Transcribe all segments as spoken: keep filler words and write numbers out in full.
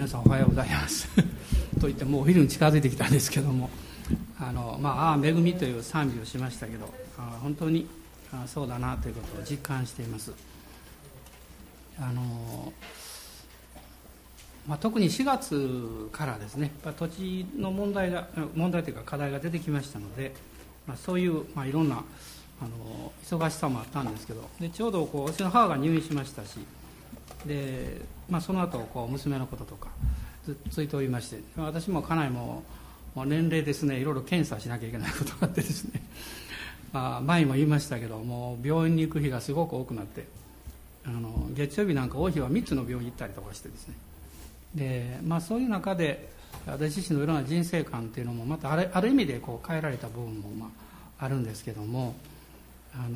皆さんおはようございますと言ってもうお昼に近づいてきたんですけども、あの、まあ、ああ恵みという賛美をしましたけど、あ本当にあそうだなということを実感しています。あの、まあ、特にしがつからですね、土地の問題が問題というか課題が出てきましたので、まあ、そういう、まあ、いろんなあの忙しさもあったんですけど、でちょうどこう私の母が入院しましたし、で、まあ、その後こう娘のこととかずついておりまして、私も家内ももう年齢ですね、いろいろ検査しなきゃいけないことがあってですね、まあ、前も言いましたけど、もう病院に行く日がすごく多くなって、あの月曜日なんか多い日はみっつの病院に行ったりとかしてですね、で、まあ、そういう中で私自身のいろんな人生観っていうのもまたある、ある意味でこう変えられた部分もまああるんですけども、あの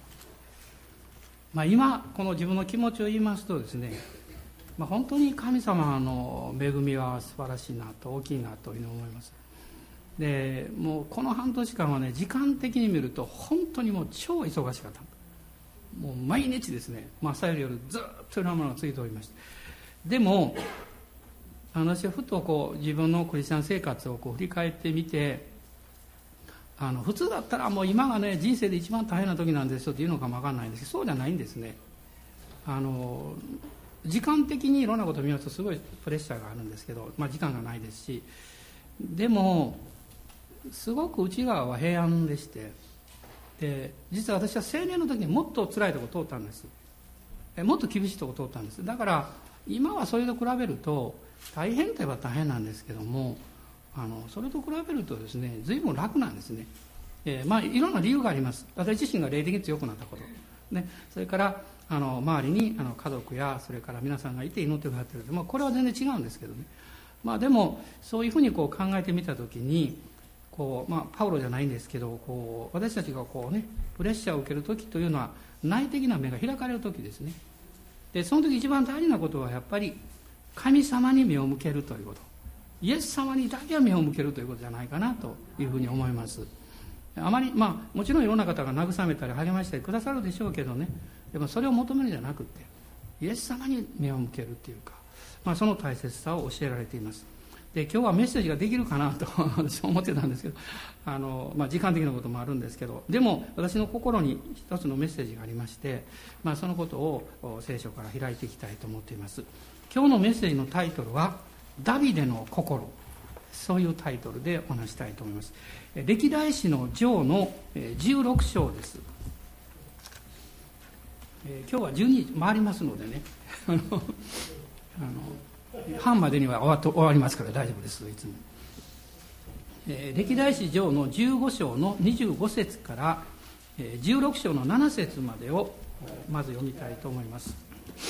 まあ、今この自分の気持ちを言いますとですね、まあ、本当に神様の恵みは素晴らしいなと、大きいなというふうに思います。でもうこの半年間はね、時間的に見ると本当にもう超忙しかった。もう毎日ですね、まあ、朝より夜ずっといろんなものがついておりました。でも私はふとこう自分のクリスチャン生活をこう振り返ってみて、あの普通だったらもう今がね人生で一番大変な時なんですよっていうのかも分かんないんですけど、そうじゃないんですね。あの時間的にいろんなことを見ますとすごいプレッシャーがあるんですけど、まあ、時間がないですし、でもすごく内側は平安でして、で実は私は青年の時にもっと辛いところを通ったんです。もっと厳しいところを通ったんです。だから今はそれと比べると大変といえば大変なんですけども、あのそれと比べるとですね、随分楽なんですね。えー、まあいろんな理由があります。私自身が霊的に強くなったこと、ね、それからあの周りにあの家族やそれから皆さんがいて祈ってくださっている、まあ、これは全然違うんですけどね、まあ、でもそういうふうにこう考えてみたときにこう、まあ、パウロじゃないんですけど、こう私たちがこう、ね、プレッシャーを受けるときというのは内的な目が開かれるときですね。でその時一番大事なことはやっぱり神様に目を向けるということ、イエス様にだけは目を向けるということじゃないかなというふうに思います。あまり、まあもちろんいろんな方が慰めたり励ましたりくださるでしょうけどね、でもそれを求めるんじゃなくてイエス様に目を向けるっていうか、まあ、その大切さを教えられています。で今日はメッセージができるかなと私は思ってたんですけど、あの、まあ、時間的なこともあるんですけど、でも私の心に一つのメッセージがありまして、まあ、そのことを聖書から開いていきたいと思っています。今日のメッセージのタイトルはダビデの心、そういうタイトルでお話したいと思います。歴代史の上のじゅうろく章です。今日はじゅうに回りますのでねあのあの半までには終わっと終わりますから大丈夫です。いつも、えー、歴代史上のじゅうご章のにじゅうご節から、えー、じゅうろく章のなな節までをまず読みたいと思います。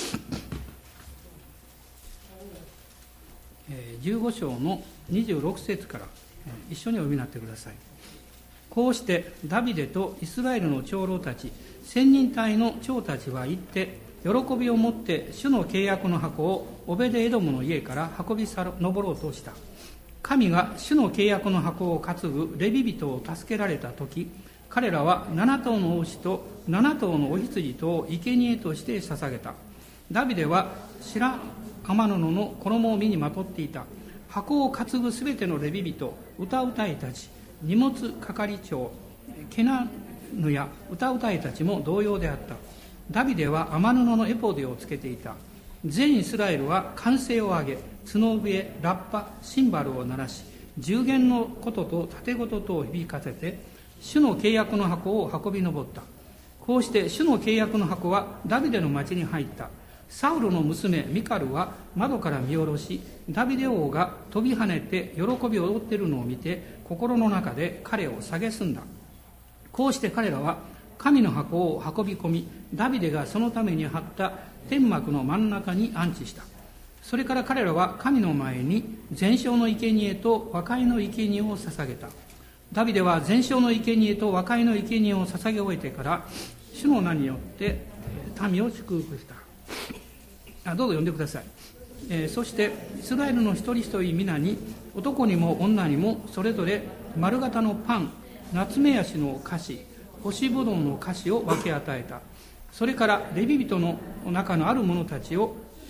えー、じゅうご章のにじゅうろく節から、えー、一緒にお読みになってください。こうしてダビデとイスラエルの長老たち千人隊の長たちは行って喜びを持って主の契約の箱をオベデエドムの家から運び上ろうとした。神が主の契約の箱を担ぐレビ人を助けられた時、彼らは七頭の牛と七頭のお羊とを生贄として捧げた。ダビデは白天布の衣を身にまとっていた。箱を担ぐすべてのレビ人、歌うたいたち、荷物係長、ケナヌや歌うたいたちも同様であった。ダビデは天布のエポデをつけていた。全イスラエルは歓声を上げ、角笛、ラッパ、シンバルを鳴らし、十弦のことと盾事とを響かせて、主の契約の箱を運び上った。こうして主の契約の箱はダビデの町に入った。サウルの娘ミカルは窓から見下ろし、ダビデ王が飛び跳ねて喜びを踊っているのを見て、心の中で彼を蔑んだ。こうして彼らは神の箱を運び込み、ダビデがそのために張った天幕の真ん中に安置した。それから彼らは神の前に全焼の生贄と和解の生贄を捧げた。ダビデは全焼の生贄と和解の生贄を捧げ終えてから、主の名によって民を祝福した。あどうぞ読んでください。えー、そしてイスラエルの一人一人皆に、男にも女にもそれぞれ丸型のパン、ナツメヤシの菓子、干しぶどうの菓子を分け与えた。それからレビ人の中のある者たちを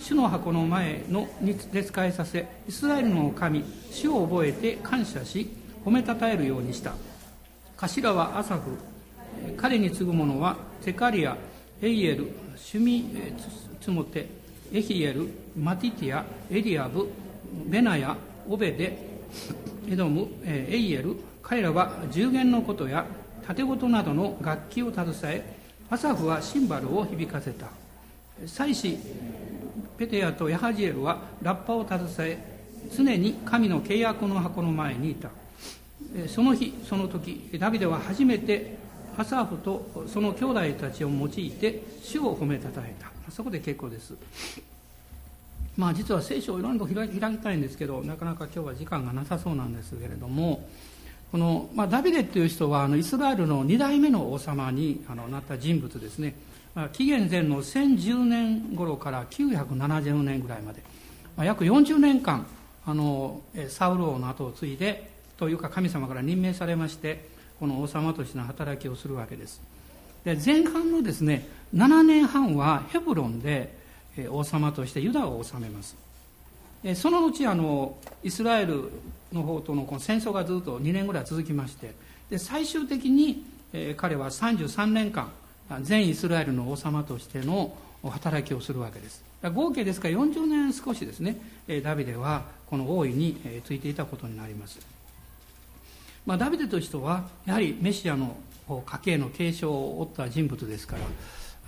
主の箱の前のにで仕えさせ、イスラエルの神主を覚えて感謝し褒めたたえるようにした。頭はアサフ、彼に次ぐ者はゼカリア、エイエル、シュミツモテ、エヒエル、マティティア、エリアブ、ベナヤ、オベデ、エドム、エイエル。彼らは十弦のことや盾事などの楽器を携え、アサフはシンバルを響かせた。祭司ペテヤとヤハジエルはラッパを携え、常に神の契約の箱の前にいた。その日その時、ダビデは初めてアサフとその兄弟たちを用いて主を褒めたたえた。そこで結構です。まあ実は聖書をいろいろと開きたいんですけど、なかなか今日は時間がなさそうなんですけれども、この、まあ、ダビデという人はあのイスラエルのに代目の王様にあのなった人物ですね。まあ、紀元前のせんじゅうねん頃からきゅうひゃくななじゅうねんぐらいまで、まあ、約よんじゅうねんかんあのサウル王の後を継いでというか神様から任命されまして、この王様としての働きをするわけです。で前半のですねななねんはんはヘブロンで王様としてユダを治めます。その後あのイスラエルの方とのこの戦争がずっとにねんぐらい続きまして、で最終的に彼はさんじゅうさんねんかん全イスラエルの王様としての働きをするわけです。合計ですからよんじゅうねん少しですね、ダビデはこの王位についていたことになります。まあ、ダビデという人はやはりメシアの家系の継承を負った人物ですから、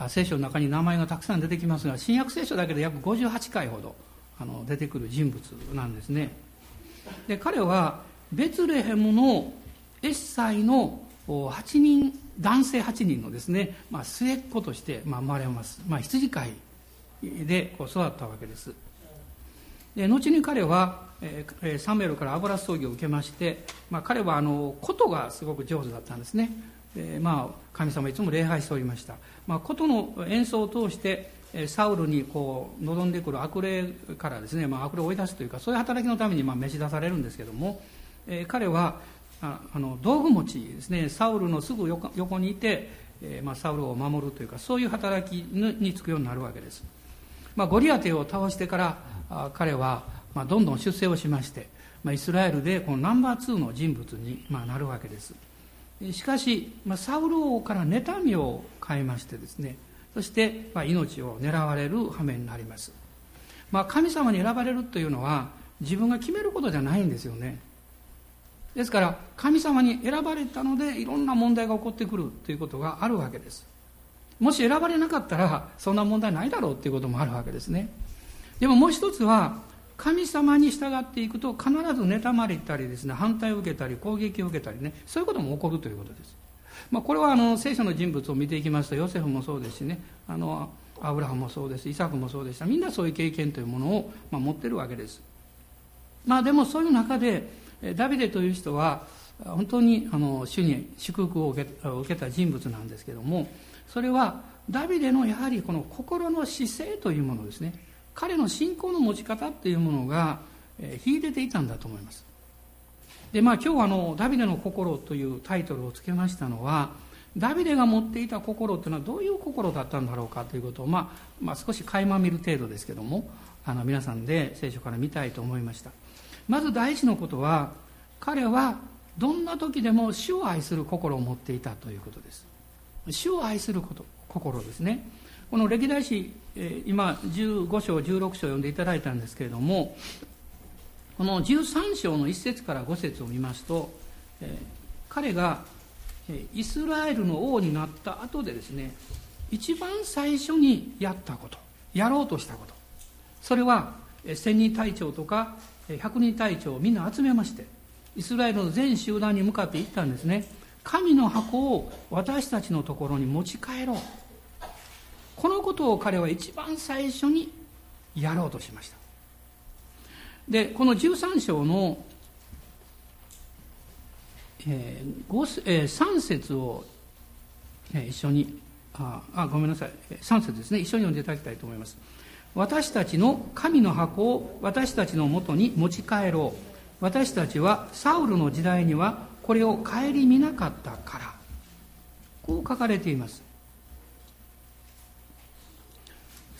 聖書の中に名前がたくさん出てきますが、新約聖書だけで約ごじゅうはちかいほどあの出てくる人物なんですね。で彼はベツレヘムのエッサイのはちにん男性はちにんのですね、まあ、末っ子として、まあ、生まれます。まあ、羊飼いでこう育ったわけです。で後に彼は、えー、サムエルから油注ぎを受けまして、まあ、彼はあの琴がすごく上手だったんですね。で、まあ、神様いつも礼拝しておりました。まあ、琴の演奏を通してサウルにこう望んでくる悪霊からですね、まあ、悪霊を追い出すというか、そういう働きのためにまあ召し出されるんですけども、えー、彼はああの道具持ちですね。サウルのすぐ 横, 横にいて、えーまあ、サウルを守るというか、そういう働きに就くようになるわけです。まあ、ゴリアテを倒してからあ彼は、まあ、どんどん出世をしまして、まあ、イスラエルでこのナンバーツーの人物に、まあ、なるわけです。しかし、まあ、サウル王から妬みを買いましてですね、そして、まあ、命を狙われる羽目になります。まあ、神様に選ばれるというのは自分が決めることじゃないんですよね。ですから神様に選ばれたのでいろんな問題が起こってくるということがあるわけです。もし選ばれなかったらそんな問題ないだろうということもあるわけですね。でももう一つは、神様に従っていくと必ず妬まれたりですね、反対を受けたり攻撃を受けたりね、そういうことも起こるということです。まあ、これはあの聖書の人物を見ていきますと、ヨセフもそうですしね、あのアブラハムもそうです、イサクもそうでした。みんなそういう経験というものを、まあ、持ってるわけです。まあでもそういう中でダビデという人は本当にあの主に祝福を受け、受けた人物なんですけども、それはダビデのやはりこの心の姿勢というものですね。彼の信仰の持ち方というものが秀でていたんだと思います。でまあ今日はあのダビデの心というタイトルをつけましたのは、ダビデが持っていた心というのはどういう心だったんだろうかということを、まあ、まあ少し垣間見る程度ですけども、あの皆さんで聖書から見たいと思いました。まず第一のことは、彼はどんな時でも主を愛する心を持っていたということです。主を愛すること心ですね。この歴代史、今じゅうご章じゅうろく章を読んでいただいたんですけれども、このじゅうさん章のいっ節からご節を見ますと、彼がイスラエルの王になった後でですね、一番最初にやったこと、やろうとしたこと、それは千人隊長とか百人隊長をみんな集めまして、イスラエルの全集団に向かって言ったんですね。神の箱を私たちのところに持ち帰ろう。このことを彼は一番最初にやろうとしました。でこのじゅうさん章の、えーごえー、さん節を、えー、一緒にああごめんなさいさん節ですね、一緒に読んでいただきたいと思います。私たちの神の箱を私たちのもとに持ち帰ろう。私たちはサウルの時代にはこれを顧みなかったから。こう書かれています。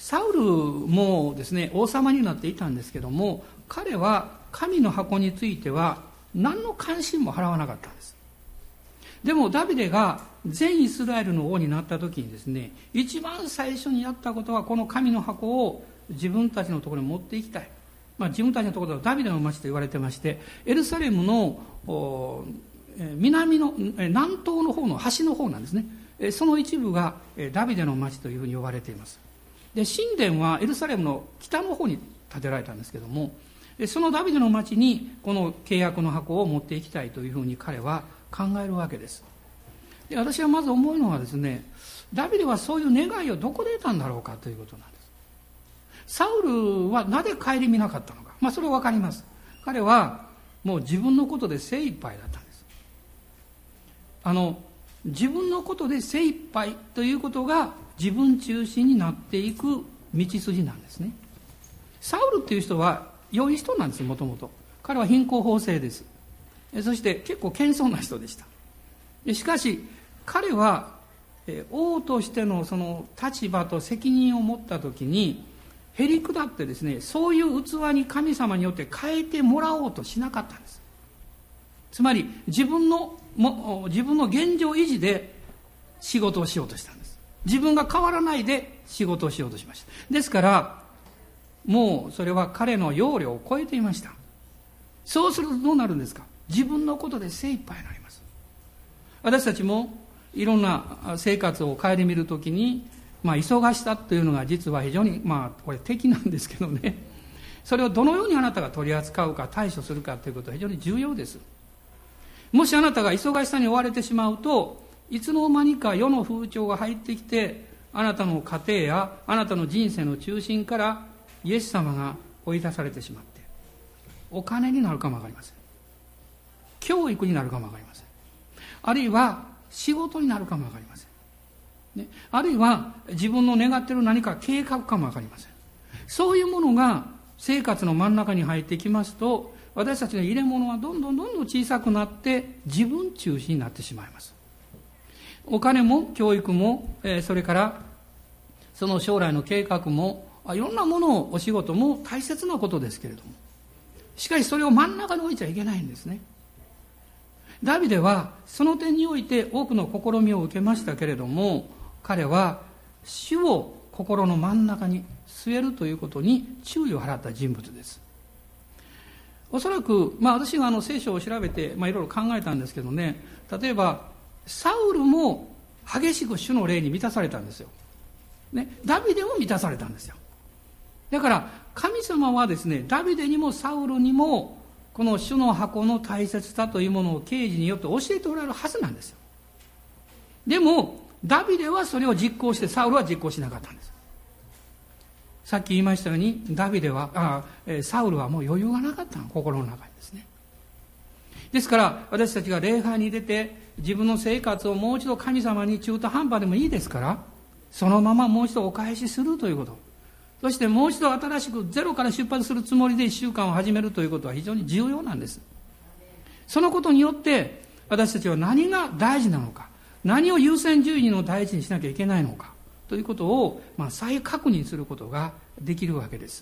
サウルもですね、王様になっていたんですけども、彼は神の箱については何の関心も払わなかったんです。でもダビデが全イスラエルの王になった時にですね、一番最初にやったことはこの神の箱を自分たちのところに持っていきたい。まあ、自分たちのところではダビデの町と言われてまして、エルサレムの南の南東の方の端の方なんですね。その一部がダビデの町というふうに呼ばれています。で、神殿はエルサレムの北の方に建てられたんですけども、そのダビデの町にこの契約の箱を持っていきたいというふうに彼は考えるわけです。で、私はまず思うのはですね、ダビデはそういう願いをどこで得たんだろうかということなんです。サウルはなぜ顧みなかったのか、まあそれは分かります。彼はもう自分のことで精一杯だったんです。あの自分のことで精一杯ということが自分中心になっていく道筋なんですね。サウルっていう人は良い人なんです。もともと彼は貧困法制です。そして結構謙遜な人でした。しかし彼は王としてのその立場と責任を持った時にへりくだってですね、そういう器に神様によって変えてもらおうとしなかったんです。つまり自分のも自分の現状維持で仕事をしようとしたんです。自分が変わらないで仕事をしようとしました。ですからもうそれは彼の要領を超えていました。そうするとどうなるんですか。自分のことで精一杯になります。私たちもいろんな生活を顧みるときに、まあ、忙しさというのが実は非常に、まあ、これ敵なんですけどね、それをどのようにあなたが取り扱うか対処するかということは非常に重要です。もしあなたが忙しさに追われてしまうと、いつの間にか世の風潮が入ってきて、あなたの家庭やあなたの人生の中心からイエス様が追い出されてしまって、お金になるかもわかりません。教育になるかもわかりません。あるいは仕事になるかもわかりません。ね、あるいは自分の願っている何か計画かもわかりません。そういうものが生活の真ん中に入ってきますと、私たちの入れ物はどんどんどんどん小さくなって自分中心になってしまいます。お金も教育も、えー、それからその将来の計画も、いろんなものを、お仕事も大切なことですけれども、しかしそれを真ん中に置いちゃいけないんですね。ダビデはその点において多くの試みを受けましたけれども、彼は主を心の真ん中に据えるということに注意を払った人物です。おそらく、まあ、私があの聖書を調べて、まあ、いろいろ考えたんですけどね、例えばサウルも激しく主の霊に満たされたんですよ、ね、ダビデも満たされたんですよ。だから神様はですね、ダビデにもサウルにもこの主の箱の大切さというものを啓示によって教えておられるはずなんですよ。でもダビデはそれを実行して、サウルは実行しなかったんです。さっき言いましたように、ダビデはあサウルはもう余裕がなかったの、心の中にですね。ですから私たちが礼拝に出て自分の生活をもう一度神様に中途半端でもいいですから、そのままもう一度お返しするということ、そしてもう一度新しくゼロから出発するつもりで一週間を始めるということは非常に重要なんです。そのことによって私たちは何が大事なのか、何を優先順位の第一にしなきゃいけないのかということを、まあ、再確認することができるわけです。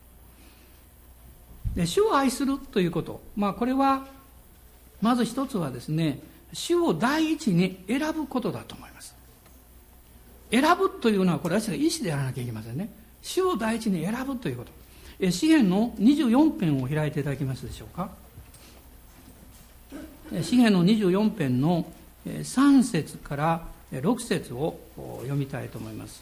で、主を愛するということ、まあ、これはまず一つはですね、主を第一に選ぶことだと思います。選ぶというのはこれ私が意思でやらなきゃいけませんね。主を第一に選ぶということ。え詩編のにじゅうよん編を開いていただけますでしょうか。詩編のにじゅうよん編のさん節からろく節を読みたいと思います。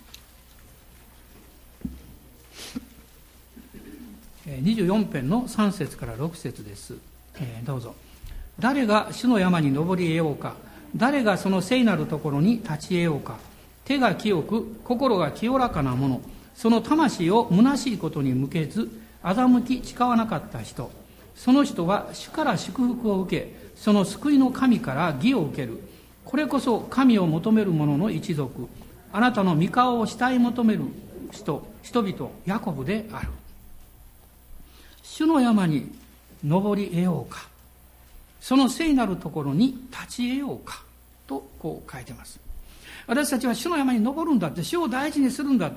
にじゅうよん編のさん節からろく節です。どうぞ。誰が主の山に登り得ようか、誰がその聖なるところに立ち得ようか。手が清く心が清らかな者、その魂を虚しいことに向けず欺き誓わなかった人、その人は主から祝福を受け、その救いの神から義を受ける。これこそ神を求める者の一族、あなたの御顔を慕い求める人、人々ヤコブである。主の山に登り得ようか、その聖なるところに立ち得ようかとこう書いてます。私たちは主の山に登るんだって、主を大事にするんだ、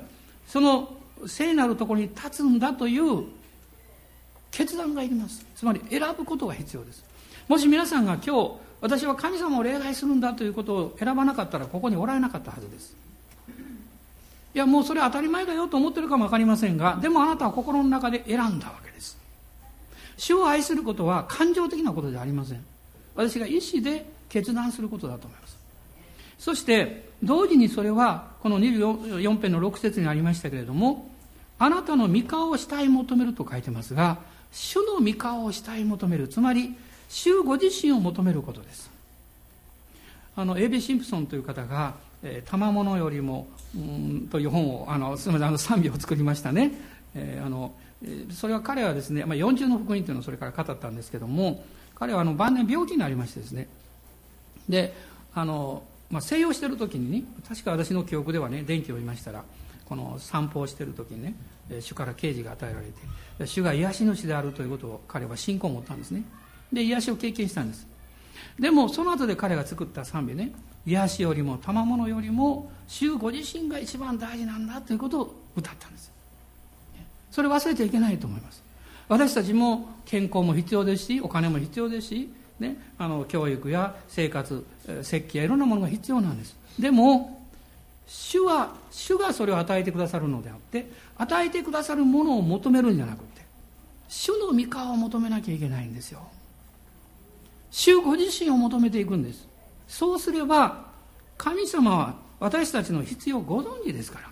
その聖なるところに立つんだという決断がいります。つまり選ぶことが必要です。もし皆さんが今日私は神様を礼拝するんだということを選ばなかったらここにおられなかったはずです。いやもうそれ当たり前だよと思ってるかも分かりませんが、でもあなたは心の中で選んだわけです。主を愛することは感情的なことではありません。私が意思で決断することだと思います。そして同時にそれはこのにじゅうよん編のろく節にありましたけれども、あなたの御顔を慕い求めると書いてますが、主の御顔を慕い求める、つまり主ご自身を求めることです。あのエイビー・シンプソンという方が「えー、賜物よりも」うんという本をあのすみませんあの賛美を作りましたね。えー、あのそれは彼はですね、まあ、よんじゅうの福音というのをそれから語ったんですけども、彼はあの晩年病気になりましてですね、であの、まあ、静養している時にね、確か私の記憶ではね、電気を見ましたらこの散歩をしている時にね、主から啓示が与えられて、主が癒し主であるということを彼は信仰を持ったんですね。で癒しを経験したんです。でもその後で彼が作った賛美ね、癒しよりも賜物よりも主ご自身が一番大事なんだということを歌ったんです。それ忘れちゃいけないと思います。私たちも健康も必要ですし、お金も必要ですし、ね、あの教育や生活、設計やいろんなものが必要なんです。でも主は主がそれを与えてくださるのであって、与えてくださるものを求めるんじゃなくて、主の御顔を求めなきゃいけないんですよ。主ご自身を求めていくんです。そうすれば神様は私たちの必要をご存知ですから、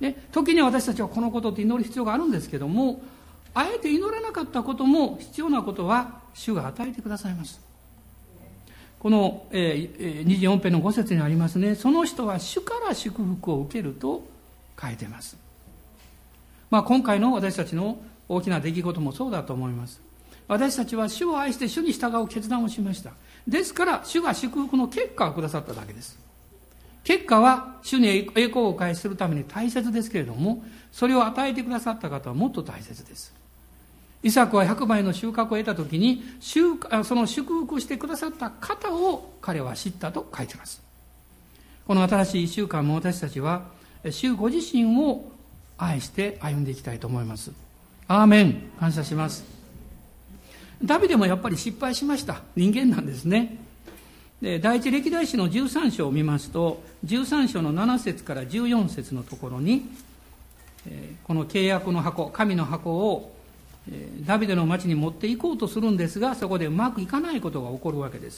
ね、時には私たちはこのことって祈る必要があるんですけども、あえて祈らなかったことも必要なことは主が与えてくださいます。この、えー、にじゅうよん編のご節にありますね、その人は主から祝福を受けると書いています。まあ、今回の私たちの大きな出来事もそうだと思います。私たちは主を愛して主に従う決断をしました。ですから主が祝福の結果をくださっただけです。結果は主に栄光を返しするために大切ですけれども、それを与えてくださった方はもっと大切です。イサクはひゃくばいの収穫を得たときに、その祝福してくださった方を彼は知ったと書いています。この新しいいっしゅうかんも私たちは主ご自身を愛して歩んでいきたいと思います。アーメン。感謝します。ダビデもやっぱり失敗しました。人間なんですね。で第一歴代史のじゅうさん章を見ますと、じゅうさん章のなな節からじゅうよん節のところに、この契約の箱、神の箱をダビデの町に持っていこうとするんですが、そこでうまくいかないことが起こるわけです。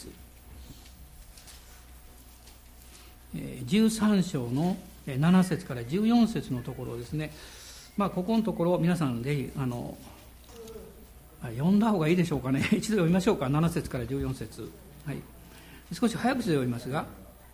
じゅうさん章のなな節からじゅうよん節のところですね。まあここのところ皆さんぜひあの読んだ方がいいでしょうかね。一度読みましょうか。なな節からじゅうよん節、はい、少し早口で読みますが、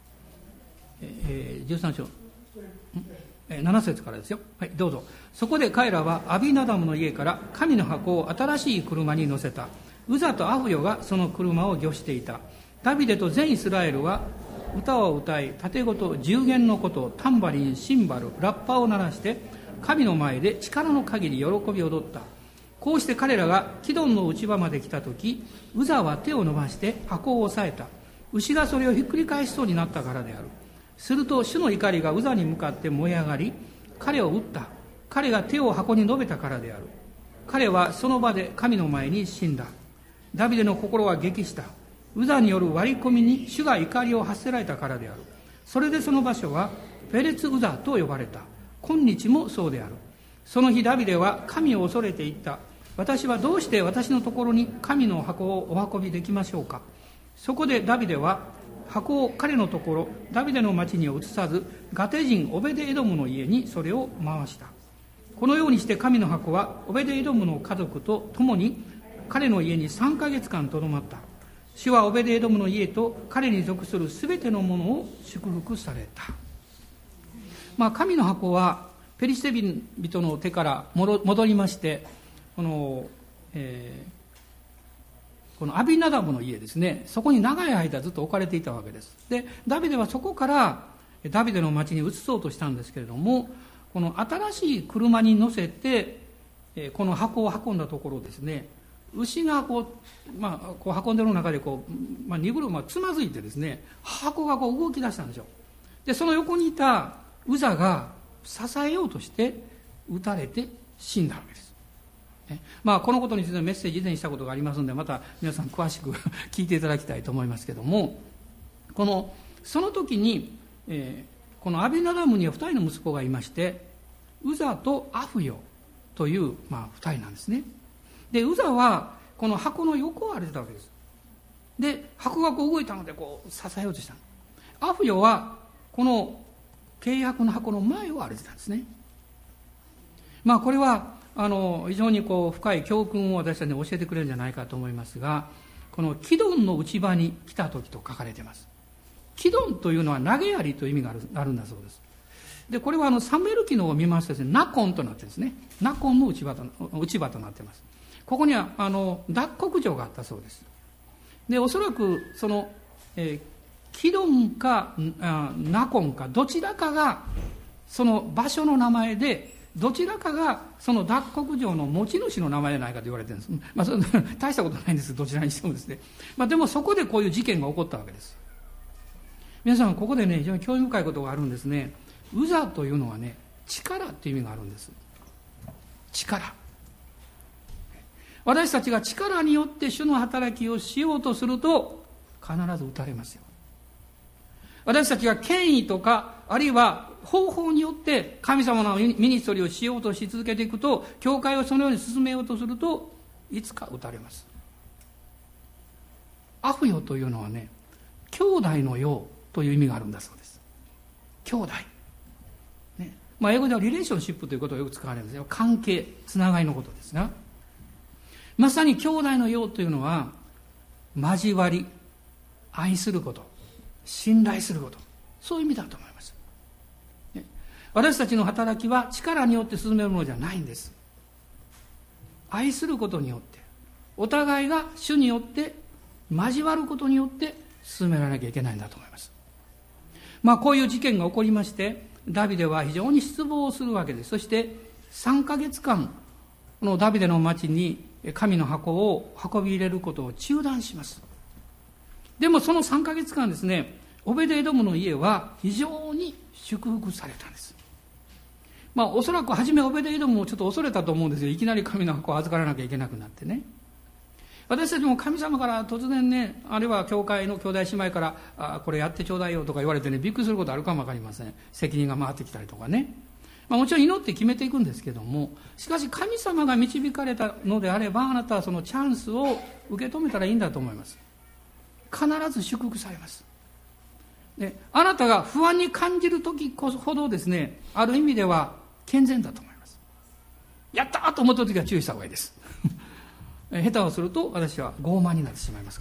えー、じゅうさん章なな節からですよ。はい、どうぞ。そこで彼らはアビナダムの家から神の箱を新しい車に乗せた。ウザとアフヨがその車を御していた。ダビデと全イスラエルは歌を歌い、盾ごと十弦のこと、タンバリン、シンバル、ラッパを鳴らして神の前で力の限り喜び踊った。こうして彼らがキドンの内場まで来たとき、ウザは手を伸ばして箱を押さえた。牛がそれをひっくり返しそうになったからである。すると主の怒りがウザに向かって燃え上がり、彼を撃った。彼が手を箱に述べたからである。彼はその場で神の前に死んだ。ダビデの心は激した。ウザによる割り込みに主が怒りを発せられたからである。それでその場所はペレツウザと呼ばれた。今日もそうである。その日ダビデは神を恐れて言った。私はどうして私のところに神の箱をお運びできましょうか。そこでダビデは箱を彼のところダビデの町に移さず、ガテ人オベデエドムの家にそれを回した。このようにして神の箱はオベデエドムの家族と共に彼の家にさんかげつかんとどまった。主はオベデエドムの家と彼に属するすべてのものを祝福された。まあ、神の箱はペリシテ人の手から戻りまして、この、えー、このアビナダブの家ですね、そこに長い間ずっと置かれていたわけです。でダビデはそこからダビデの町に移そうとしたんですけれども、この新しい車に乗せてこの箱を運んだところですね、牛がこう、まあ、こう運んでる中でこう、まあ、荷車つまずいてですね、箱がこう動き出したんですよ。でその横にいたウザが支えようとして撃たれて死んだわけです。ね、まあこのことについてのメッセージ以前にしたことがありますので、また皆さん詳しく聞いていただきたいと思いますけども、このその時に、えー、このアビナダムにはふたりの息子がいまして、ウザとアフヨという、まあ、ふたりなんですね。でウザはこの箱の横を歩いてたわけです。で箱がこう動いたのでこう支えようとしたの。アフヨはこの契約の箱の前を歩いてたんですね。まあこれはあの非常にこう深い教訓を私たちに教えてくれるんじゃないかと思いますが、このキドンの内場に来た時と書かれています。キドンというのは投げやりという意味がある、あるんだそうです。でこれはあのサムエル記のを見ますとですね、ナコンとなってるんですね。ナコンの内場と、内場となっています。ここにはあの脱穀場があったそうです。でおそらくその、えー、キドンかあナコンかどちらかがその場所の名前で、どちらかがその脱穀場の持ち主の名前じゃないかと言われてるんです。まあ、そ大したことないんです、どちらにしてもですね。まあ、でもそこでこういう事件が起こったわけです。皆さんここでね、非常に興味深いことがあるんですね。ウザというのはね、力っていう意味があるんです。力。私たちが力によって主の働きをしようとすると必ず打たれますよ。私たちが権威とかあるいは方法によって神様のミニストリーをしようとし続けていくと、教会をそのように進めようとするといつか打たれます。アフヨというのはね、兄弟のようという意味があるんだそうです。兄弟、ね、まあ英語ではリレーションシップということがよく使われるんですよ。関係、つながりのことですが、まさに兄弟のようというのは交わり、愛すること、信頼すること、そういう意味だと思います。ね、私たちの働きは力によって進めるものじゃないんです。愛することによって、お互いが主によって交わることによって進められなきゃいけないんだと思います。まあこういう事件が起こりまして、ダビデは非常に失望するわけです。そしてさんかげつかん、このダビデの町に神の箱を運び入れることを中断します。でもそのさんかげつかんですね、オベデエドムの家は非常に祝福されたんです。まあおそらく初めオベデエドムもちょっと恐れたと思うんですよ。いきなり神の箱を預からなきゃいけなくなってね。私たちも神様から突然ね、あるいは教会の兄弟姉妹からあこれやってちょうだいよとか言われてね、びっくりすることあるかもわかりません。責任が回ってきたりとかね。まあ、もちろん祈って決めていくんですけども、しかし神様が導かれたのであれば、あなたはそのチャンスを受け止めたらいいんだと思います。必ず祝福されます。で、あなたが不安に感じる時ほどですね、ある意味では健全だと思います。やったーと思った時は注意した方がいいです。下手をすると私は傲慢になってしまいますから、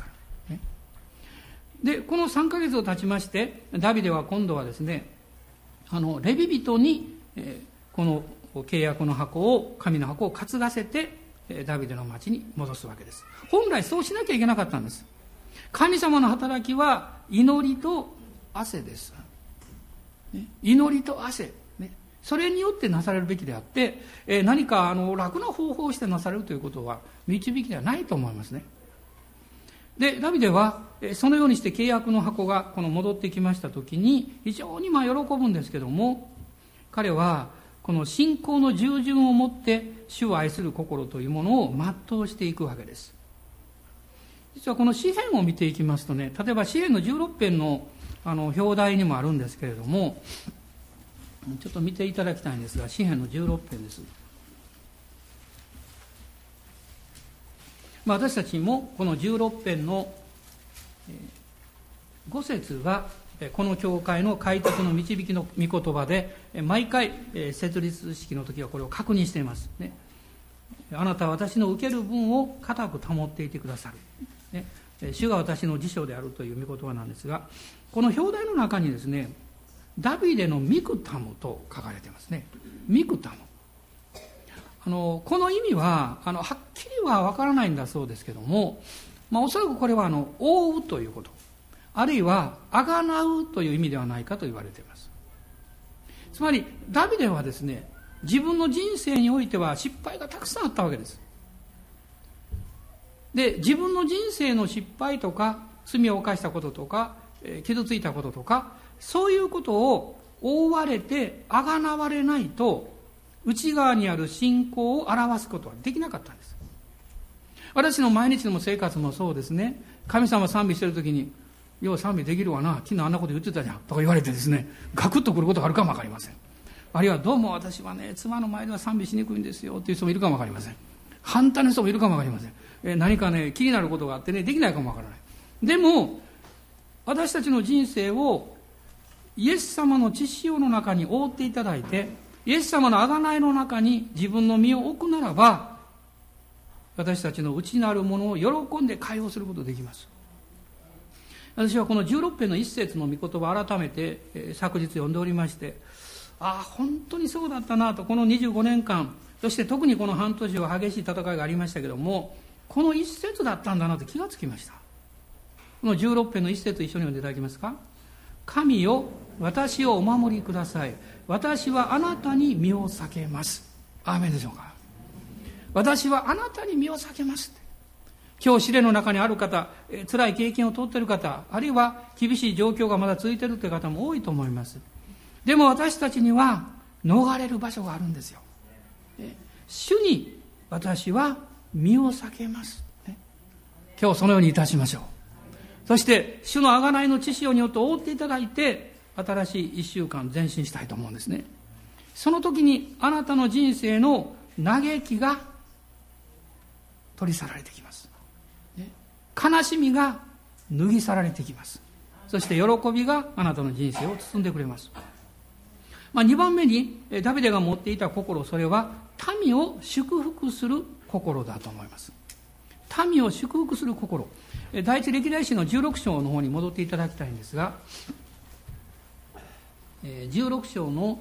ね、でこのさんかげつを経ちまして、ダビデは今度はですね、あのレビ人に、えー、この契約の箱を、神の箱を担がせて、えー、ダビデの町に戻すわけです。本来そうしなきゃいけなかったんです。神様の働きは祈りと汗です、ね、祈りと汗、ね、それによってなされるべきであって、えー、何かあの楽な方法をしてなされるということは導きではないと思いますね。でダビデはそのようにして契約の箱がこの戻ってきましたときに非常にまあ喜ぶんですけども、彼はこの信仰の従順をもって主を愛する心というものを全うしていくわけです。実はこの詩編を見ていきますとね、例えば詩編のじゅうろく編のあの表題にもあるんですけれども、ちょっと見ていただきたいんですが、詩編のじゅうろく編です。まあ、私たちもこのじゅうろく編のご節はこの教会の開拓の導きの御言葉で毎回設立式の時はこれを確認していますね。あなたは私の受ける分を固く保っていてくださる、ね、主が私の辞書であるという御言葉なんですが、この表題の中にですね、ダビデのミクタムと書かれていますね。ミクタム、あのこの意味はあのはっきりはわからないんだそうですけども、まあ、おそらくこれはあの覆うということ、あるいはあがなうという意味ではないかと言われています。つまりダビデはですね、自分の人生においては失敗がたくさんあったわけです。で自分の人生の失敗とか罪を犯したこととか、えー、傷ついたこととか、そういうことを覆われてあがなわれないと内側にある信仰を表すことはできなかったんです。私の毎日の生活もそうですね。神様賛美してるときに、よう賛美できるわな、昨日あんなこと言ってたじゃんとか言われてですね、ガクッとくることがあるかもわかりません。あるいはどうも私はね、妻の前では賛美しにくいんですよっていう人もいるかもわかりません。反対の人もいるかもわかりません。え何かね、気になることがあってね、できないかもわからない。でも私たちの人生をイエス様の血潮の中に覆っていただいて、イエス様の贖いの中に自分の身を置くならば、私たちの内なるものを喜んで解放することができます。私はこのじゅうろく編の一節の御言葉を改めて、えー、昨日読んでおりまして、ああ本当にそうだったなと。このにじゅうごねんかん、そして特にこの半年は激しい戦いがありましたけども、この一節だったんだなと気がつきました。このじゅうろく編の一節一緒に読んでいただけますか。神よ、私をお守りください。私はあなたに身を避けます。アーメンでしょうか。私はあなたに身を避けますって。今日試練の中にある方、えー、辛い経験を通っている方、あるいは厳しい状況がまだ続いているという方も多いと思います。でも私たちには逃れる場所があるんですよ。ね、主に私は身を避けます、ね。今日そのようにいたしましょう。そして主の贖いの血潮によって覆っていただいて、新しい一週間前進したいと思うんですね。その時にあなたの人生の嘆きが取り去られてきます。悲しみが脱ぎ去られてきます。そして喜びがあなたの人生を包んでくれます。まあ、にばんめにダビデが持っていた心、それは民を祝福する心だと思います。民を祝福する心。第一歴代史のじゅうろく章の方に戻っていただきたいんですが、じゅうろく章の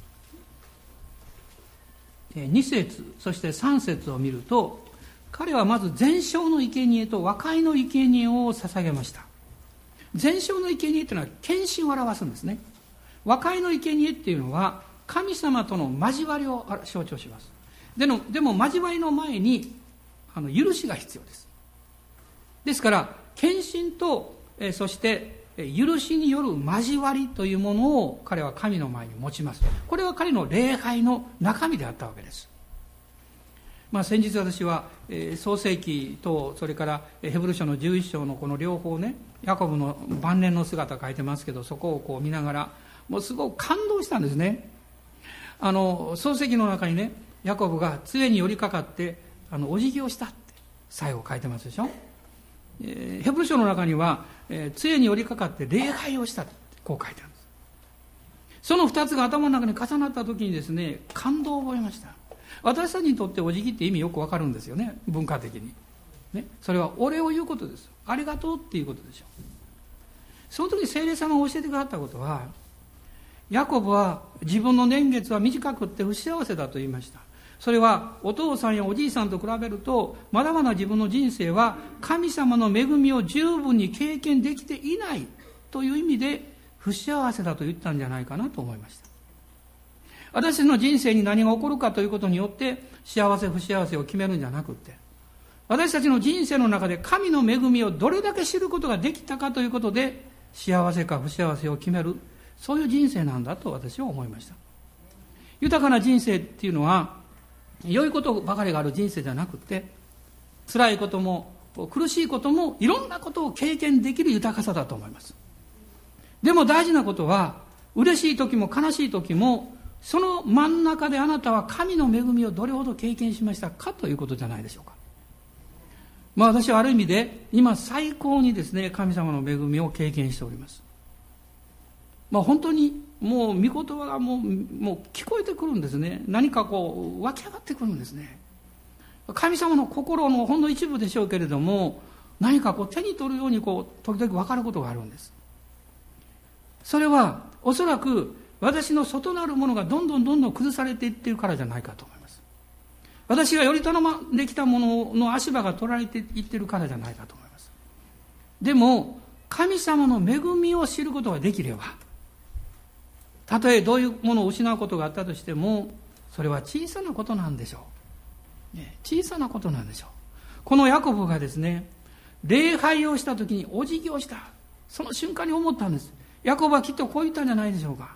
に節そしてさん節を見ると、彼はまず全焼の生贄と和解の生贄を捧げました。全焼の生贄というのは献身を表すんですね。和解の生贄っていうのは神様との交わりを象徴します。でも、でも交わりの前にあの許しが必要です。ですから献身と、えそして許しによる交わりというものを彼は神の前に持ちます。これは彼の礼拝の中身であったわけです。まあ、先日私は、えー、創世記とそれからヘブル書のじゅういち章のこの両方ね、ヤコブの晩年の姿書いてますけど、そこをこう見ながらもうすごく感動したんですね。あの創世記の中にね、ヤコブが杖に寄りかかってあのお辞儀をしたって最後書いてますでしょ。えー、ヘブル書の中には、えー、杖に寄りかかって礼拝をしたってこう書いてあるんです。その二つが頭の中に重なった時にですね、感動を覚えました。私たちにとってお辞儀って意味よくわかるんですよね、文化的に、ね、それはお礼を言うことです。ありがとうっていうことでしょう。その時聖霊様が教えてくださったことは、ヤコブは自分の年月は短くって不幸せだと言いました。それはお父さんやおじいさんと比べるとまだまだ自分の人生は神様の恵みを十分に経験できていないという意味で不幸せだと言ったんじゃないかなと思いました。私の人生に何が起こるかということによって幸せ不幸せを決めるんじゃなくて、私たちの人生の中で神の恵みをどれだけ知ることができたかということで幸せか不幸せを決める、そういう人生なんだと私は思いました。豊かな人生っていうのは良いことばかりがある人生じゃなくて、辛いことも苦しいこともいろんなことを経験できる豊かさだと思います。でも大事なことは、嬉しい時も悲しい時もその真ん中であなたは神の恵みをどれほど経験しましたかということじゃないでしょうか。まあ私はある意味で今最高にですね、神様の恵みを経験しております。まあ本当にもう御言葉がもう、もう聞こえてくるんですね。何かこう湧き上がってくるんですね。神様の心のほんの一部でしょうけれども、何かこう手に取るようにこう時々分かることがあるんです。それはおそらく私の外なるものがどんどんどんどん崩されていっているからじゃないかと思います。私がより頼まれきたものの足場が取られていっているからじゃないかと思います。でも神様の恵みを知ることができれば、たとえどういうものを失うことがあったとしても、それは小さなことなんでしょう、ね、小さなことなんでしょう。このヤコブがですね、礼拝をした時にお辞儀をした、その瞬間に思ったんです。ヤコブはきっとこう言ったんじゃないでしょうか。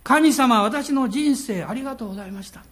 神様、私の人生ありがとうございましたって。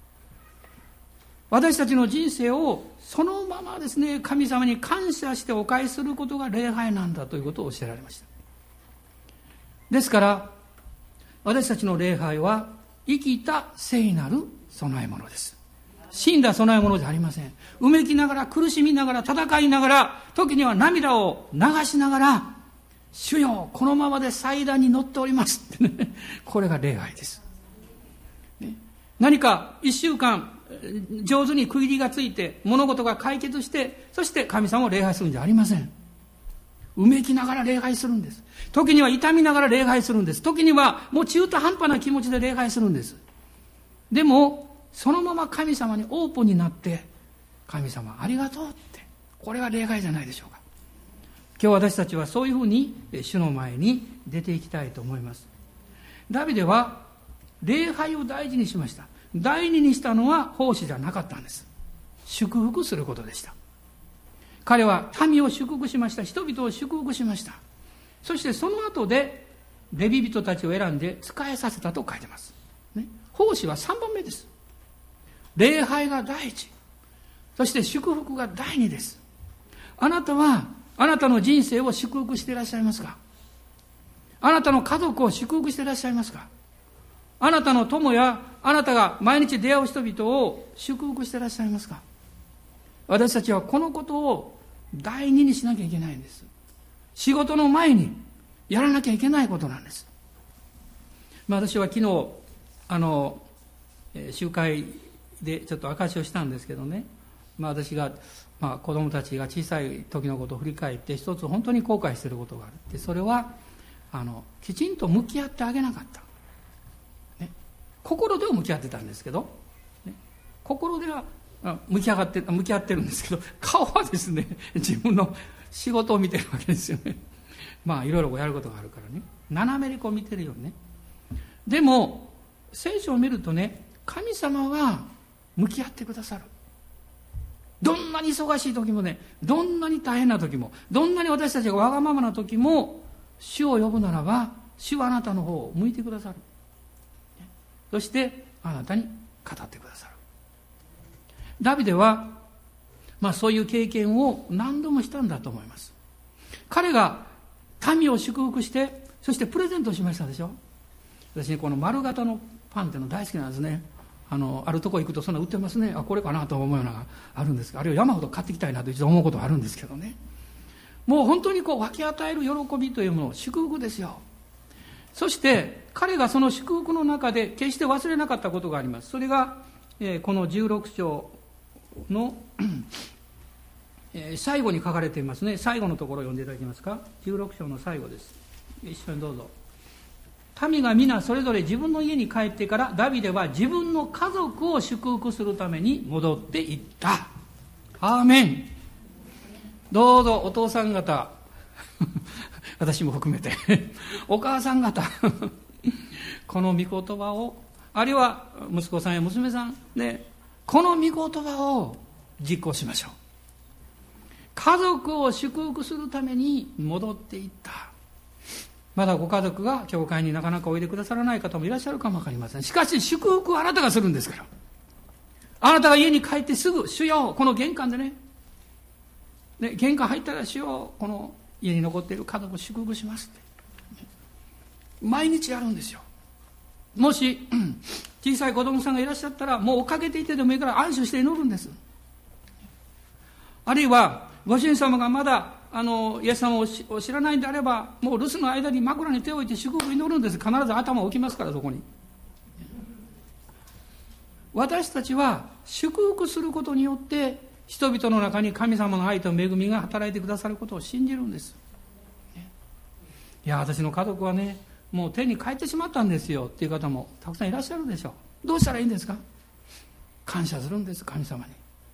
私たちの人生をそのままですね、神様に感謝してお返しすることが礼拝なんだということを教えられました。ですから私たちの礼拝は生きた聖なる供え物です。死んだ供え物じゃありません。うめきながら、苦しみながら、戦いながら、時には涙を流しながら、主よ、このままで祭壇に乗っておりますってね、これが礼拝です、ね、何か一週間上手に区切りがついて物事が解決して、そして神様を礼拝するんじゃありません。うめきながら礼拝するんです。時には痛みながら礼拝するんです。時にはもう中途半端な気持ちで礼拝するんです。でもそのまま神様にオープンになって、神様ありがとうって、これは礼拝じゃないでしょうか。今日私たちはそういうふうに主の前に出ていきたいと思います。ダビデは礼拝を大事にしました。第二にしたのは奉仕じゃなかったんです。祝福することでした。彼は民を祝福しました。人々を祝福しました。そしてその後でレビ人たちを選んで仕えさせたと書いてます、ね、奉仕はさんばんめです。礼拝が第一、そして祝福が第二です。あなたはあなたの人生を祝福していらっしゃいますか？あなたの家族を祝福していらっしゃいますか？あなたの友やあなたが毎日出会う人々を祝福していらっしゃいますか？私たちはこのことを第二にしなきゃいけないんです。仕事の前にやらなきゃいけないことなんです。まあ、私は昨日あの集会でちょっと証しをしたんですけどね、まあ、私が、まあ、子供たちが小さい時のことを振り返って一つ本当に後悔していることがあるって、それはあのきちんと向き合ってあげなかった、ね、心では向き合ってたんですけど、ね、心では向き合って向き合ってるんですけど、顔はですね自分の仕事を見てるわけですよね。まあいろいろやることがあるからね、斜めにこう見てるよね。でも聖書を見るとね、神様は向き合ってくださる。どんなに忙しい時もね、どんなに大変な時も、どんなに私たちがわがままな時も、主を呼ぶならば主はあなたの方を向いてくださる。そしてあなたに語ってくださる。ダビデは、まあ、そういう経験を何度もしたんだと思います。彼が民を祝福して、そしてプレゼントしましたでしょ。私ね、この丸型のパンっていうの大好きなんですね。あのあるとこ行くとそんな売ってますね。あ、これかなと思うようなのがあるんですが、あるいは山ほど買ってきたいなと一度思うことがあるんですけどね。もう本当にこう分け与える喜びというものを祝福ですよ。そして彼がその祝福の中で決して忘れなかったことがあります。それが、えー、このじゅうろく章の、えー、最後に書かれていますね。最後のところを読んでいただけますか。じゅうろく章の最後です。一緒にどうぞ。民が皆それぞれ自分の家に帰ってから、ダビデは自分の家族を祝福するために戻っていった。アーメン。どうぞお父さん方私も含めてお母さん方この御言葉を、あるいは息子さんや娘さんで、この御言葉を実行しましょう。家族を祝福するために戻っていった。まだご家族が教会になかなかおいでくださらない方もいらっしゃるかもわかりません。しかし祝福はあなたがするんですから。あなたが家に帰ってすぐ、主よ、この玄関でね、ね、玄関入ったら主よ、この家に残っている家族を祝福しますって、毎日やるんですよ。もし小さい子供さんがいらっしゃったら、もう追っかけていてでもいいから安心して祈るんです。あるいはご主人様がまだあのイエス様を知らないんであれば、もう留守の間に枕に手を置いて祝福を祈るんです。必ず頭を置きますから、そこに。私たちは祝福することによって人々の中に神様の愛と恵みが働いてくださることを信じるんです。いや、私の家族はね、もう手に帰ってしまったんですよっていう方もたくさんいらっしゃるでしょう。どうしたらいいんですか。感謝するんです、神様に。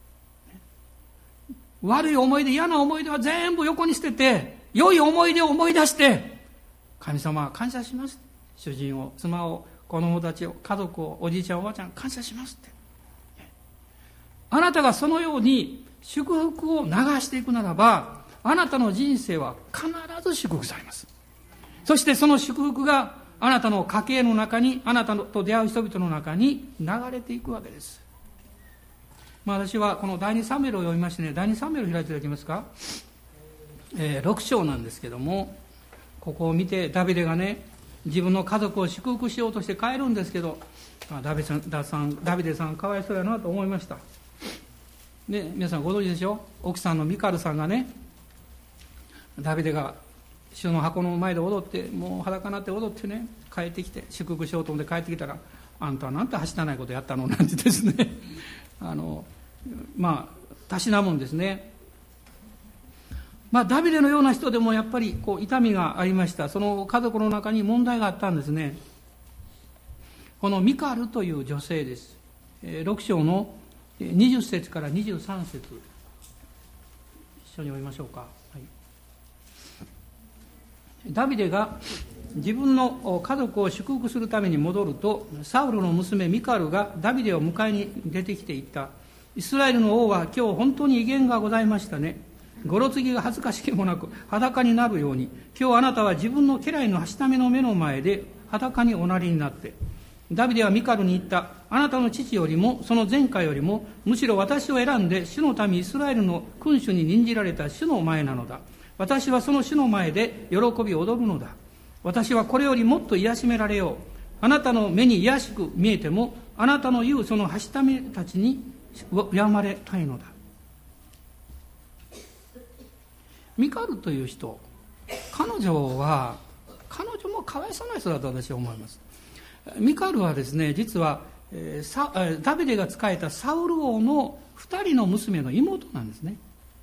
悪い思い出、嫌な思い出は全部横に捨てて、良い思い出を思い出して、神様は感謝します。主人を、妻を、子供たちを、家族を、おじいちゃんおばあちゃん感謝しますって。あなたがそのように祝福を流していくならば、あなたの人生は必ず祝福されます。そしてその祝福があなたの家系の中に、あなたと出会う人々の中に流れていくわけです。まあ、私はこの第二サムエルを読みましてね、第二サムエルを開いていただけますか。えー、ろく章なんですけども、ここを見てダビデがね、自分の家族を祝福しようとして帰るんですけど、まあ、ダビデさん、ダさん、ダビデさんかわいそうやなと思いました。で、皆さんご存知でしょ。奥さんのミカルさんがね、ダビデが主の箱の前で踊って、もう裸になって踊ってね、帰ってきて祝福しようと思って帰ってきたら、あんたはなんてはしたないことやったのなんてですねあのまあたしなむんですね。まあダビデのような人でもやっぱりこう痛みがありました。その家族の中に問題があったんですね。このミカルという女性です。ろく章のにじゅっ節からにじゅうさん節、一緒に読みましょうか。はい、ダビデが自分の家族を祝福するために戻ると、サウルの娘ミカルがダビデを迎えに出てきていった。イスラエルの王は今日本当に威厳がございましたね。ごろつぎが恥ずかしげもなく裸になるように、今日あなたは自分の家来のはしための目の前で裸におなりになって、ダビデはミカルに言った。あなたの父よりもその前科よりもむしろ私を選んで主の民イスラエルの君主に任じられた主の前なのだ。私はその主の前で喜び踊るのだ。私はこれよりもっと癒しめられよう。あなたの目に癒しく見えても、あなたの言うそのはしためたちに敬まれたいのだ。ミカルという人、彼女は彼女もかわいそうな人だと私は思います。ミカルはですね、実はダビデが仕えたサウル王の二人の娘の妹なんですね。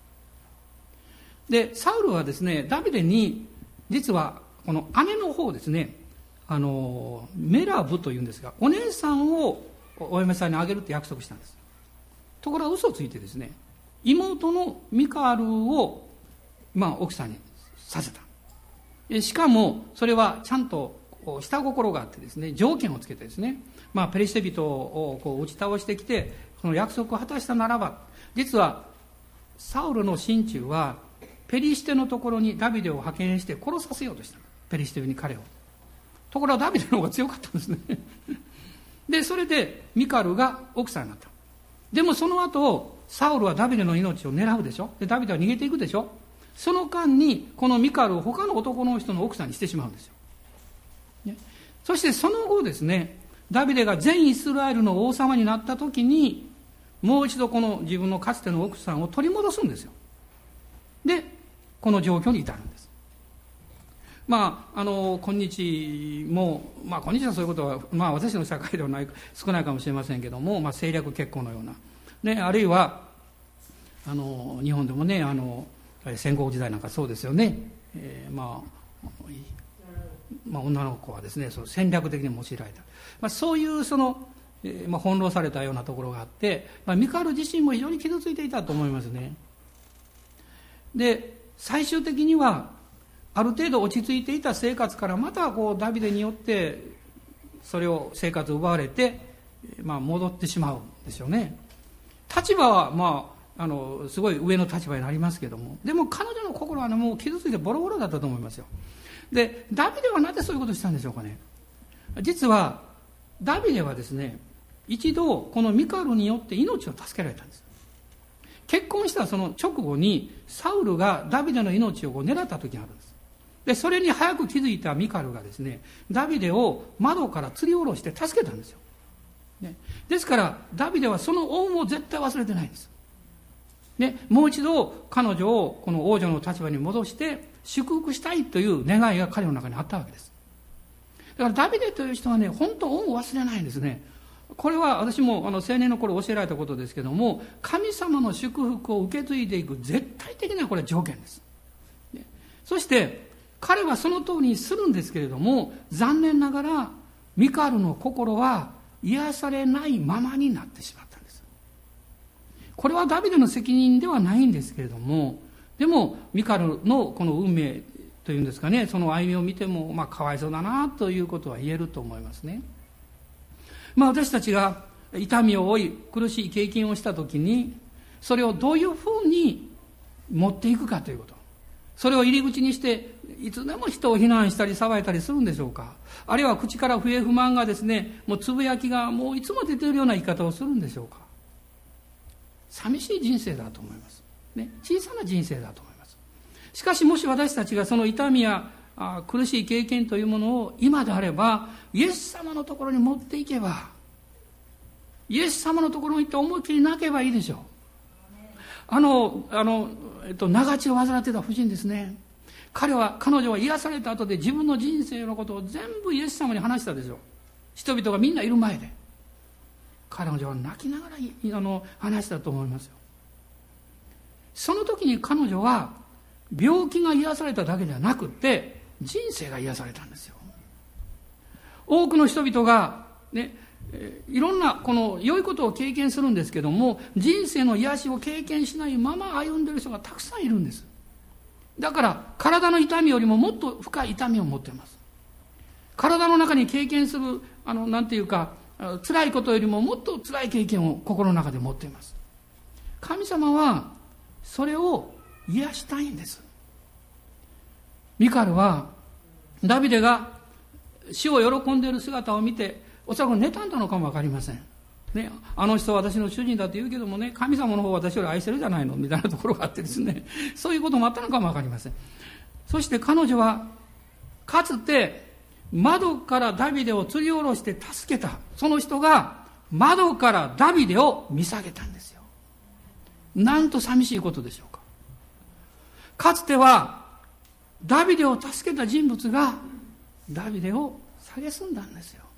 でサウルはですね、ダビデに実はこの姉の方ですね、あのメラブというんですが、お姉さんをお嫁さんにあげるって約束したんです。ところが嘘ついてですね、妹のミカルを、まあ、奥さんにさせた。しかもそれはちゃんと下心があってですね、条件をつけてですね、まあ、ペリシテ人をこう打ち倒してきてその約束を果たしたならば、実はサウルの心中はペリシテのところにダビデを派遣して殺させようとした。ペリシテに彼を。ところがダビデの方が強かったんですねでそれでミカルが奥さんになった。でもその後サウルはダビデの命を狙うでしょ。でダビデは逃げていくでしょ。その間にこのミカルを他の男の人の奥さんにしてしまうんですよ、ね、そしてその後ですね、ダビデが全イスラエルの王様になった時にもう一度この自分のかつての奥さんを取り戻すんですよ。でこの状況に至るんです。まああの今日も、まあ、今日はそういうことは、まあ、私の社会ではない少ないかもしれませんけども、まあ、政略結婚のような、ね、あるいはあの日本でもね、あの戦国時代なんかそうですよね、えーまあまあ、女の子はですね、その戦略的に用いられた、まあ、そういうその、えーまあ、翻弄されたようなところがあって、まあ、ミカル自身も非常に傷ついていたと思いますね。で最終的にはある程度落ち着いていた生活からまたこうダビデによってそれを生活を奪われて、まあ、戻ってしまうんですよね。立場はまああのすごい上の立場になりますけども、でも彼女の心は、ね、もう傷ついてボロボロだったと思いますよ。でダビデはなぜそういうことをしたんでしょうかね。実はダビデはですね、一度このミカルによって命を助けられたんです。結婚したその直後にサウルがダビデの命をこう狙った時があるんです。でそれに早く気づいたミカルがですね、ダビデを窓から吊り下ろして助けたんですよ、ね、ですからダビデはその恩を絶対忘れてないんです。でもう一度彼女をこの王女の立場に戻して祝福したいという願いが彼の中にあったわけです。だからダビデという人はね、本当恩を忘れないんですね。これは私もあの青年の頃教えられたことですけども、神様の祝福を受け継いでいく絶対的なこれ条件です。そして彼はその通りにするんですけれども、残念ながらミカルの心は癒されないままになってしまったんです。これはダビデの責任ではないんですけれども、でもミカルのこの運命というんですかね、その歩みを見てもまあかわいそうだなということは言えると思いますね。まあ、私たちが痛みを負い苦しい経験をしたときに、それをどういうふうに持っていくかということ、それを入り口にしていつでも人を非難したり騒いだりするんでしょうか。あるいは口から不平不満がですね、もうつぶやきがもういつも出ているような生き方をするんでしょうか。寂しい人生だと思います、ね、小さな人生だと思います。しかしもし私たちがその痛みやあ苦しい経験というものを今であればイエス様のところに持っていけば、イエス様のところに行って思いっきり泣けばいいでしょう。あの、あの、えっと、長血を患っていた婦人ですね。彼は、彼女は癒された後で自分の人生のことを全部イエス様に話したでしょう。人々がみんないる前で。彼女は泣きながらあの話したと思いますよ。その時に彼女は病気が癒されただけではなくって人生が癒されたんですよ。多くの人々がね、いろんなこの良いことを経験するんですけども、人生の癒しを経験しないまま歩んでいる人がたくさんいるんです。だから体の痛みよりももっと深い痛みを持っています。体の中に経験するあのなんていうか辛いことよりももっと辛い経験を心の中で持っています。神様はそれを癒したいんです。ミカルはダビデが死を喜んでいる姿を見ておそらく妬んだのかもわかりません、ね、あの人は私の主人だと言うけどもね、神様の方は私より愛してるじゃないのみたいなところがあってですね、そういうこともあったのかもわかりません。そして彼女はかつて窓からダビデを吊り下ろして助けたその人が窓からダビデを見下げたんですよ。なんと寂しいことでしょうか。かつてはダビデを助けた人物がダビデを蔑んだんですよ。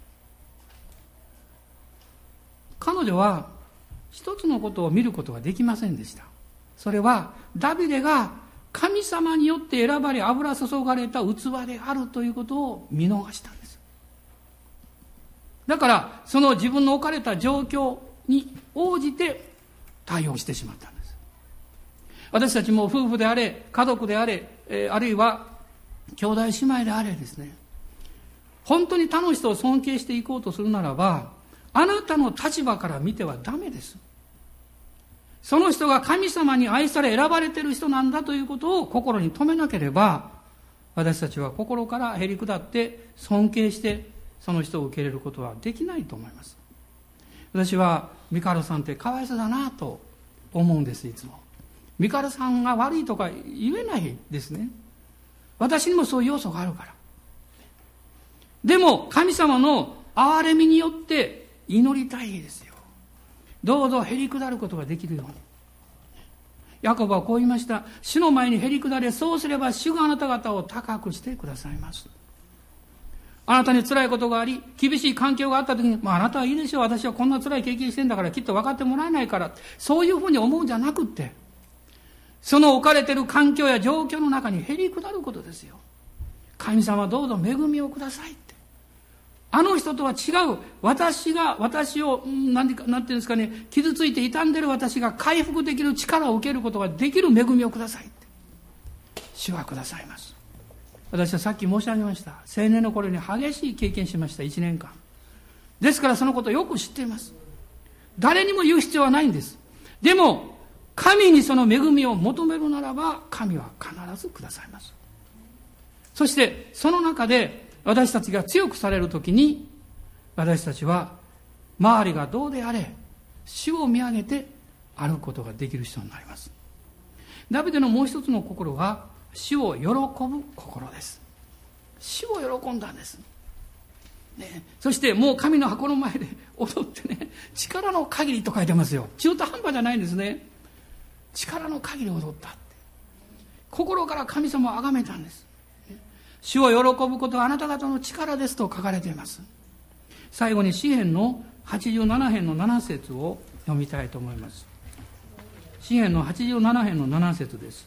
彼女は一つのことを見ることができませんでした。それはダビデが神様によって選ばれ油注がれた器であるということを見逃したんです。だからその自分の置かれた状況に応じて対応してしまったんです。私たちも夫婦であれ家族であれ、えー、あるいは兄弟姉妹であれですね、本当に他の人を尊敬していこうとするならばあなたの立場から見てはダメです。その人が神様に愛され選ばれている人なんだということを心に留めなければ、私たちは心からへり下って尊敬してその人を受け入れることはできないと思います。私はミカルさんってかわいそうだなと思うんです。いつもミカルさんが悪いとか言えないですね。私にもそういう要素があるから。でも神様の憐れみによって祈りたいですよ。どうぞへり下ることができるように。ヤコブはこう言いました。主の前にへり下れ、そうすれば主があなた方を高くしてくださいます。あなたに辛いことがあり厳しい環境があった時に、まあ、あなたはいいでしょう、私はこんな辛い経験してんだからきっと分かってもらえないから、そういうふうに思うんじゃなくって、その置かれている環境や状況の中にへり下ることですよ。神様どうぞ恵みをくださいって。あの人とは違う、私が私を何て言うんですかね、傷ついて傷んでる私が回復できる力を受けることができる恵みをくださいって主はくださいます。私はさっき申し上げました。青年の頃に激しい経験しました。いちねんかんですからそのことをよく知っています。誰にも言う必要はないんです。でも神にその恵みを求めるならば神は必ずくださいます。そしてその中で私たちが強くされるときに、私たちは周りがどうであれ主を見上げて歩くことができる人になります。ダビデのもう一つの心は主を喜ぶ心です。主を喜んだんです、ね、そしてもう神の箱の前で踊ってね、力の限りと書いてますよ。中途半端じゃないんですね。力の限り踊ったって、心から神様を崇めたんです。主を喜ぶことはあなた方の力ですと書かれています。最後に詩編のはちじゅうなな編のなな節を読みたいと思います。詩編のはちじゅうなな編のなな節です。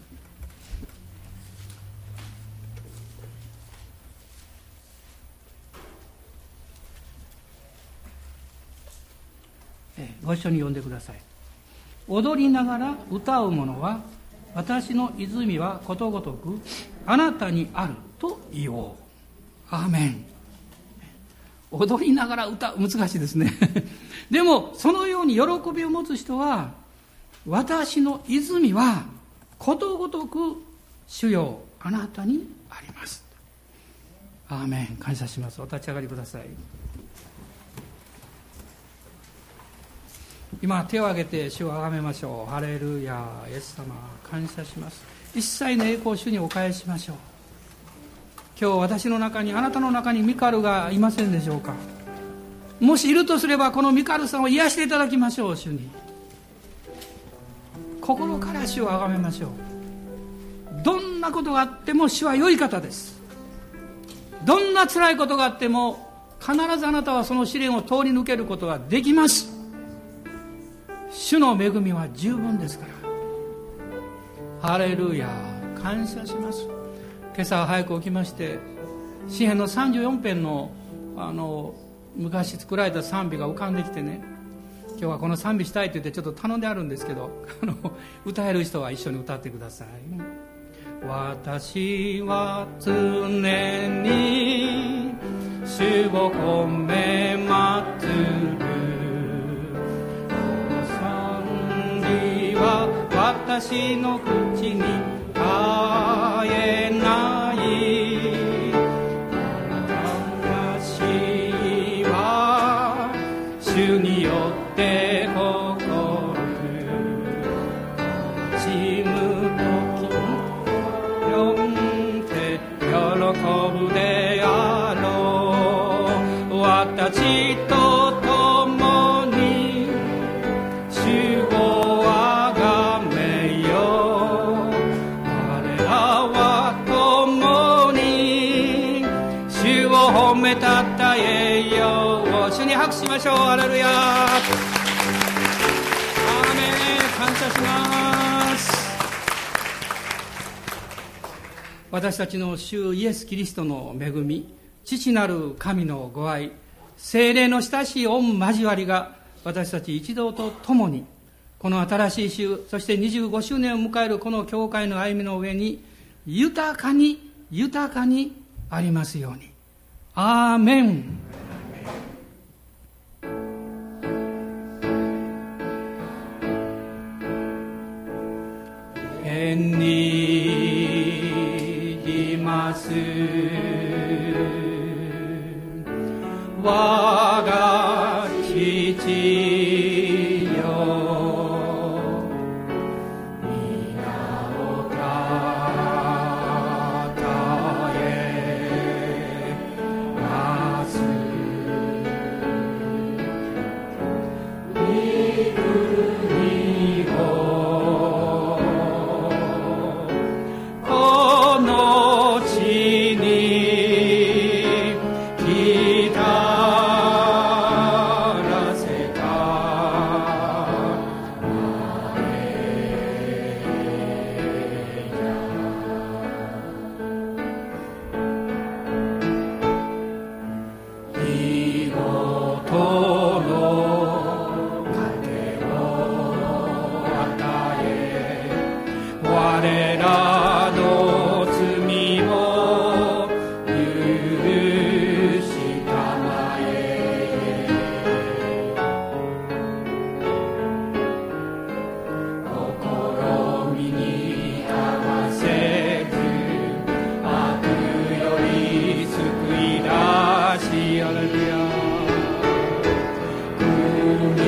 ご一緒に読んでください。踊りながら歌う者は私の泉はことごとくあなたにあると言おう。アーメン。踊りながら歌う、難しいですねでもそのように喜びを持つ人は、私の泉はことごとく主よあなたにあります。アーメン。感謝します。お立ち上がりください。今手を挙げて主をあがめましょう。ハレルヤ。イエス様感謝します。一切の栄光を主にお返ししましょう。今日私の中に、あなたの中にミカルがいませんでしょうか。もしいるとすれば、このミカルさんを癒していただきましょう。主に心から主をあがめましょう。どんなことがあっても主は良い方です。どんな辛いことがあっても必ずあなたはその試練を通り抜けることができます。主の恵みは十分ですから。ハレルヤ。感謝します。今朝早く起きまして、詩編のさんじゅうよん編のあの昔作られた賛美が浮かんできてね、今日はこの賛美したいと言ってちょっと頼んであるんですけど、あの歌える人は一緒に歌ってください。私は常に主を褒め祭る。賛美は私の口に絶えない。私は主によって誇る。ちむ時読んで喜ぶであろう。私と共に主をあがめよう。我らは共に主を褒めたたえよう。主に拍手しましょう。ハレルヤ。アーメン。感謝します。私たちの主イエス・キリストの恵み、父なる神のご愛、聖霊の親しい御交わりが私たち一同と共に、この新しい週、そしてにじゅうごしゅうねんを迎えるこの教会の歩みの上に豊かに豊かにありますように。アーメン。天にいます我が父よ、皆をたたえます御国をこの地に来たらせたまえや。見事の糧を与え我らの罪を許したまえ。試みに合わせず悪より救い出し、ハレルヤ。国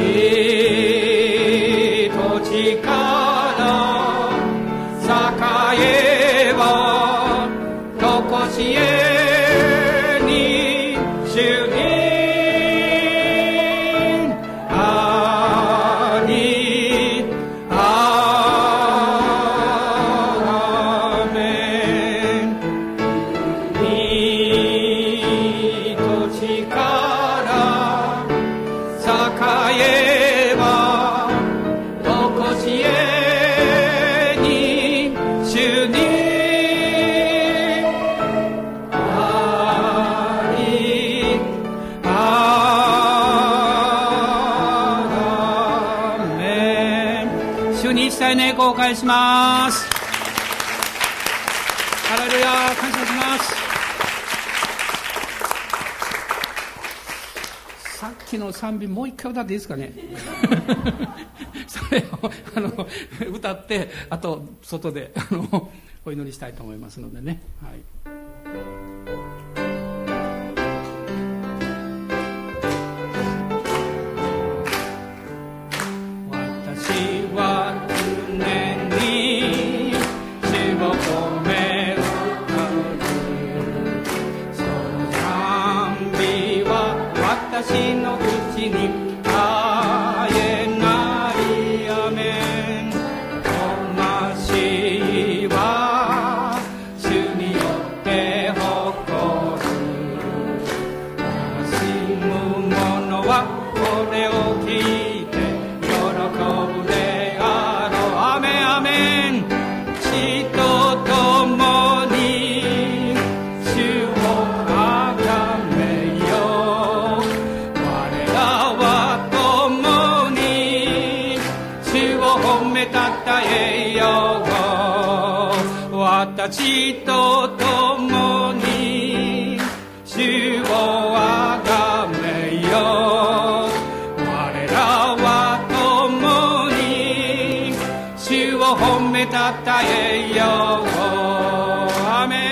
と力栄えはとこしえに主にありアーメン。国と力栄えはとこしえ栄光を返します。ハレルヤ。感謝します。さっききの賛美もう一回歌っていいですかねそれをあの歌って、あと外であのお祈りしたいと思いますのでね、はい。 私の口にあえないアメン。魂は主によって誇る。悲しむ者はこれを聞いて喜ぶであろう。アメンアメン。血と共に主をあがめよう。褒めたたえよう。私と共に主をあがめよう。我らは共に主を褒めたたえよう。アメン。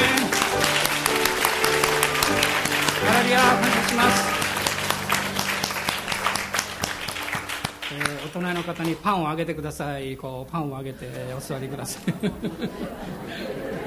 ハレルヤ、感謝します。 お隣の方にパンをあげてください。こうパンをあげてお座りください